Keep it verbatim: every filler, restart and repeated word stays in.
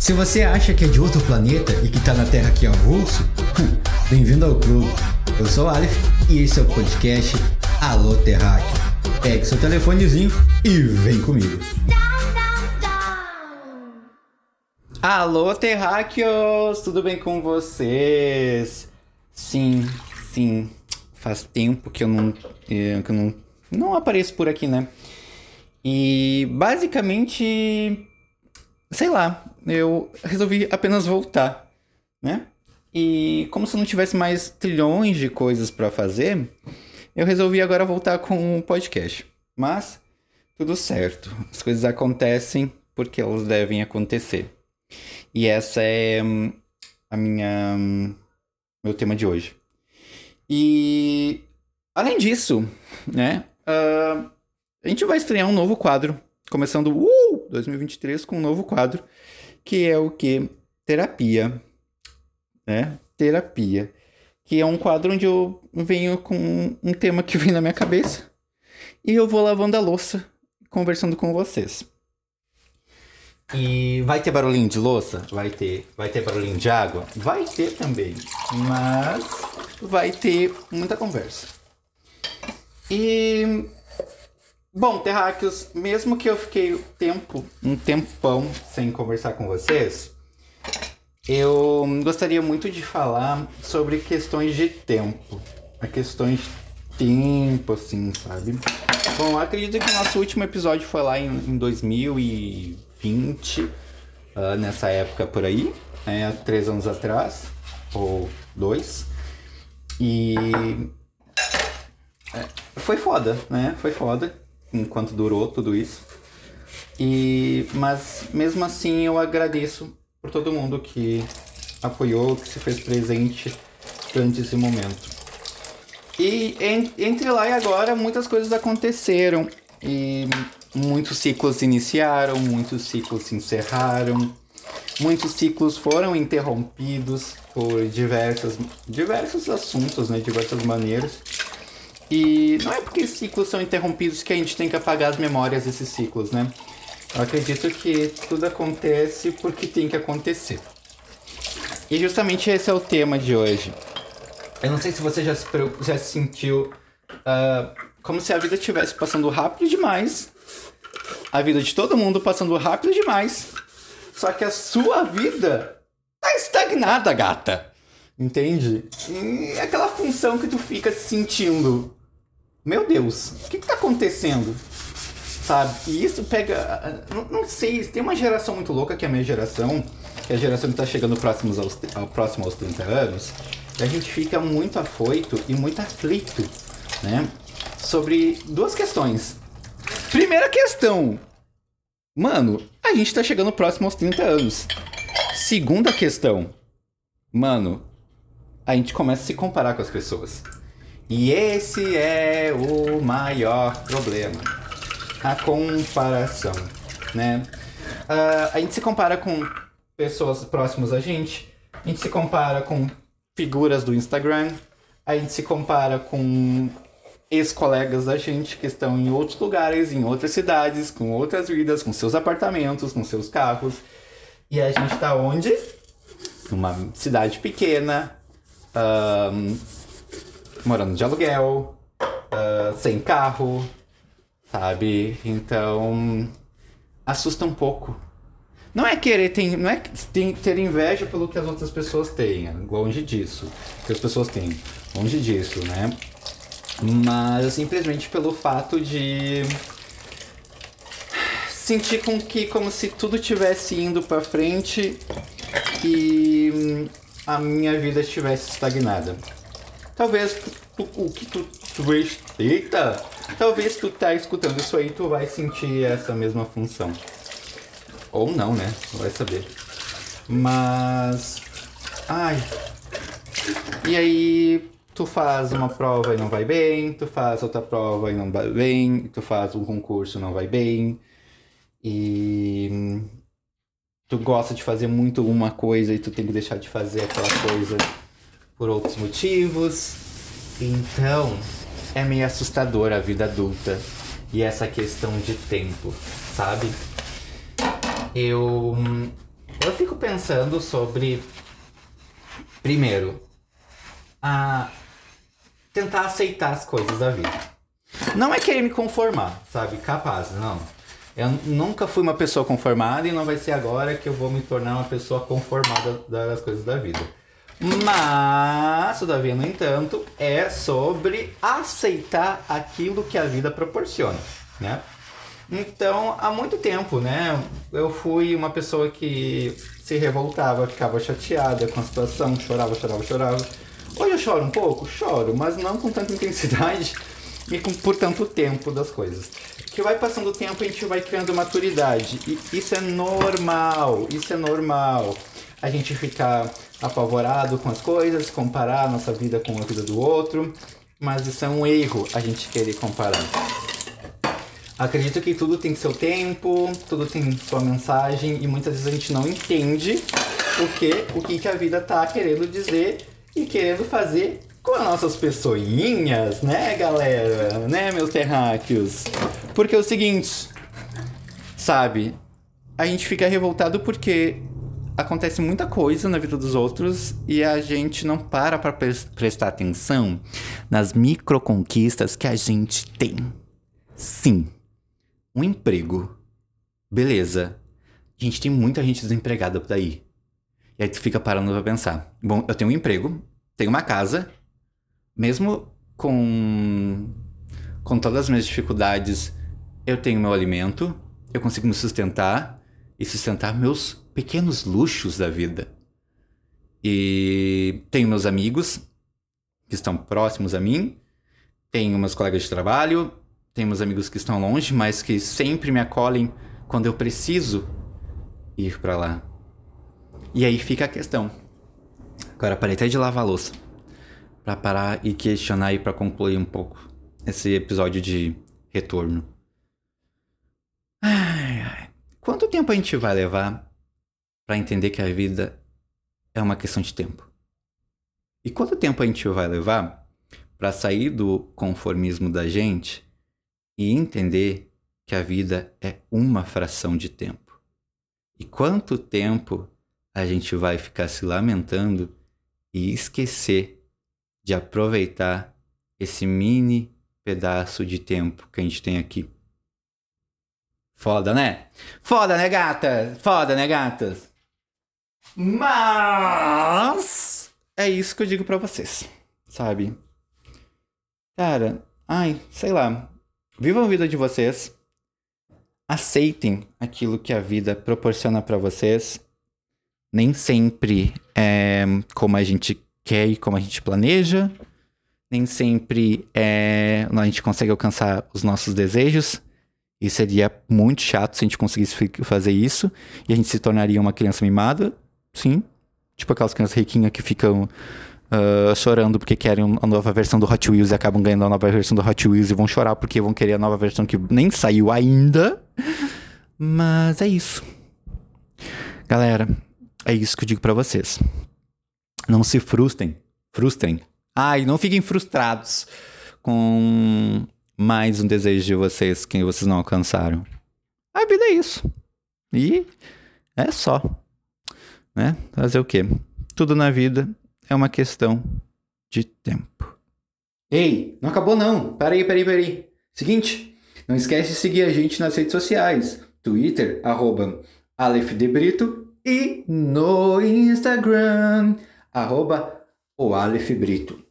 Se você acha que é de outro planeta e que tá na Terra aqui avulso, bem-vindo ao clube. Eu sou o Aleph e esse é o podcast Alô Terráqueo. Pegue seu telefonezinho e vem comigo. Alô Terráqueos, tudo bem com vocês? Sim, sim, faz tempo que eu não, que eu não, não apareço por aqui, né? E basicamente, sei lá, eu resolvi apenas voltar, né? E como se eu não tivesse mais trilhões de coisas pra fazer, eu resolvi agora voltar com o podcast. Mas tudo certo, as coisas acontecem porque elas devem acontecer. E essa é hum, a minha hum, meu tema de hoje. E além disso, né? Uh, a gente vai estrear um novo quadro, começando uh, dois mil e vinte e três com um novo quadro, que é o que? Terapia, né? Terapia, que é um quadro onde eu venho com um tema que vem na minha cabeça e eu vou lavando a louça, conversando com vocês. E vai ter barulhinho de louça? Vai ter. Vai ter barulhinho de água? Vai ter também, mas vai ter muita conversa. E bom, terráqueos, mesmo que eu fiquei tempo, um tempão sem conversar com vocês, eu gostaria muito de falar sobre questões de tempo. A questões de tempo, assim, sabe? Bom, eu acredito que o nosso último episódio foi lá em, em dois mil e vinte, uh, nessa época por aí, né? Três anos atrás, ou dois. E é, foi foda, né? Foi foda. Enquanto durou tudo isso. E, mas mesmo assim eu agradeço por todo mundo que apoiou, que se fez presente durante esse momento. E en, entre lá e agora muitas coisas aconteceram. E muitos ciclos se iniciaram, muitos ciclos se encerraram. Muitos ciclos foram interrompidos por diversas, diversos assuntos, né? Diversas maneiras. E não é porque ciclos são interrompidos que a gente tem que apagar as memórias desses ciclos, né? Eu acredito que tudo acontece porque tem que acontecer. E justamente esse é o tema de hoje. Eu não sei se você já se, já se sentiu uh, como se a vida estivesse passando rápido demais. A vida de todo mundo passando rápido demais. Só que a sua vida tá estagnada, gata. Entende? E é aquela função que tu fica sentindo. Meu Deus, o que que tá acontecendo? Sabe? E isso pega... Não, não sei, tem uma geração muito louca que é a minha geração, que é a geração que tá chegando próximos aos, ao próximo aos trinta anos, e a gente fica muito afoito e muito aflito, né? Sobre duas questões. Primeira questão. Mano, a gente tá chegando próximo aos trinta anos. Segunda questão. Mano, a gente começa a se comparar com as pessoas. E esse é o maior problema. A comparação, né? Uh, a gente se compara com pessoas próximas a gente. A gente se compara com figuras do Instagram. A gente se compara com ex-colegas da gente que estão em outros lugares, em outras cidades, com outras vidas, com seus apartamentos, com seus carros. E a gente tá onde? Numa cidade pequena, um, morando de aluguel, uh, sem carro, sabe? Então, assusta um pouco. Não é querer ter, não é ter inveja pelo que as outras pessoas têm, longe disso, que as pessoas têm, longe disso, né? Mas simplesmente pelo fato de sentir com que, como se tudo estivesse indo pra frente e a minha vida estivesse estagnada. Talvez tu, o que tu, tu eita, talvez tu tá escutando isso aí, tu vai sentir essa mesma função. Ou não, né? Tu vai saber. Mas ai. E aí tu faz uma prova e não vai bem, tu faz outra prova e não vai bem, tu faz um concurso e não vai bem. E tu gosta de fazer muito uma coisa e tu tem que deixar de fazer aquela coisa por outros motivos. Então, é meio assustador a vida adulta e essa questão de tempo, sabe? Eu Eu fico pensando sobre, primeiro, a tentar aceitar as coisas da vida. Não é querer me conformar, sabe? Capaz, não. Eu nunca fui uma pessoa conformada e não vai ser agora que eu vou me tornar uma pessoa conformada das coisas da vida. Mas, todavia, no entanto, é sobre aceitar aquilo que a vida proporciona, né? Então, há muito tempo, né, eu fui uma pessoa que se revoltava, ficava chateada com a situação, chorava, chorava, chorava. Hoje eu choro um pouco? Choro, mas não com tanta intensidade e com, por tanto tempo das coisas. Que vai passando o tempo e a gente vai criando maturidade. E isso é normal, isso é normal. A gente ficar apavorado com as coisas, comparar a nossa vida com a vida do outro. Mas isso é um erro, a gente querer comparar. Acredito que tudo tem seu tempo, tudo tem sua mensagem e muitas vezes a gente não entende o que, o que, que a vida tá querendo dizer e querendo fazer com as nossas pessoinhas, né, galera? Né, meus terráqueos? Porque é o seguinte, sabe? A gente fica revoltado porque acontece muita coisa na vida dos outros e a gente não para pra prestar atenção nas microconquistas que a gente tem. Sim. Um emprego. Beleza. Gente, tem muita gente desempregada por aí. E aí tu fica parando pra pensar. Bom, eu tenho um emprego, tenho uma casa, mesmo com, com todas as minhas dificuldades, eu tenho meu alimento, eu consigo me sustentar e sustentar meus pequenos luxos da vida. E tenho meus amigos que estão próximos a mim, tenho meus colegas de trabalho, tenho meus amigos que estão longe, mas que sempre me acolhem quando eu preciso ir pra lá. E aí fica a questão. Agora parei até de lavar a louça pra parar e questionar e pra concluir um pouco esse episódio de retorno. Ai, ai. Quanto tempo a gente vai levar pra entender que a vida é uma questão de tempo? E quanto tempo a gente vai levar pra sair do conformismo da gente e entender que a vida é uma fração de tempo? E quanto tempo a gente vai ficar se lamentando e esquecer de aproveitar esse mini pedaço de tempo que a gente tem aqui? Foda, né? Foda, né, gata? Foda, né, gatas? Mas é isso que eu digo pra vocês, sabe? Cara, ai, sei lá. Vivam a vida de vocês. Aceitem aquilo que a vida proporciona pra vocês. Nem sempre é como a gente quer e como a gente planeja. Nem sempre é, a gente consegue alcançar os nossos desejos. E seria muito chato se a gente conseguisse fazer isso. E a gente se tornaria uma criança mimada. Sim. Tipo aquelas crianças riquinhas que ficam uh, chorando porque querem a nova versão do Hot Wheels e acabam ganhando a nova versão do Hot Wheels e vão chorar porque vão querer a nova versão que nem saiu ainda. Mas é isso. Galera, é isso que eu digo pra vocês. Não se frustrem. Frustrem. Ai, não fiquem frustrados com mais um desejo de vocês que vocês não alcançaram. A vida é isso. E é só. Né? Fazer o quê? Tudo na vida é uma questão de tempo. Ei, não acabou não. Peraí, peraí, peraí. Seguinte, não esquece de seguir a gente nas redes sociais. Twitter, arroba Aleph de Brito. E no Instagram, arroba o Aleph Brito.